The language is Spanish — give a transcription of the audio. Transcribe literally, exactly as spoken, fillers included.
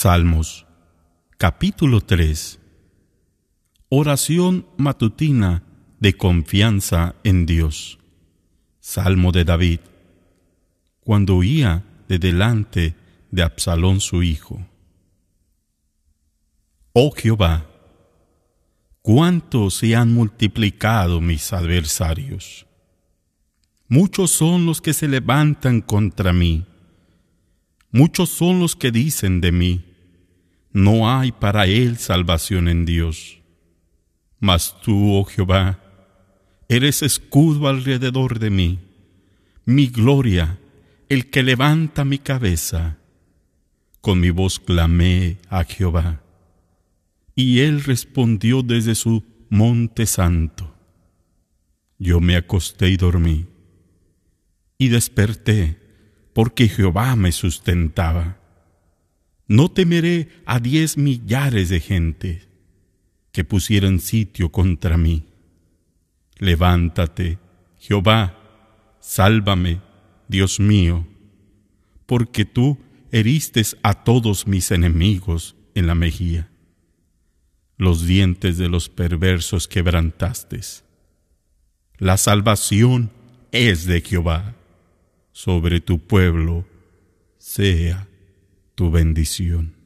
Salmos, capítulo tres. Oración matutina de confianza en Dios. Salmo de David, cuando huía de delante de Absalón su hijo. Oh Jehová, cuánto se han multiplicado mis adversarios. Muchos son los que se levantan contra mí. Muchos son los que dicen de mí: no hay para él salvación en Dios. Mas tú, oh Jehová, eres escudo alrededor de mí, mi gloria, el que levanta mi cabeza. Con mi voz clamé a Jehová, y él respondió desde su monte santo. Yo me acosté y dormí, y desperté, porque Jehová me sustentaba. No temeré a diez millares de gente que pusieran sitio contra mí. Levántate, Jehová, sálvame, Dios mío, porque tú heriste a todos mis enemigos en la mejilla. Los dientes de los perversos quebrantaste. La salvación es de Jehová. Sobre tu pueblo sea tu bendición.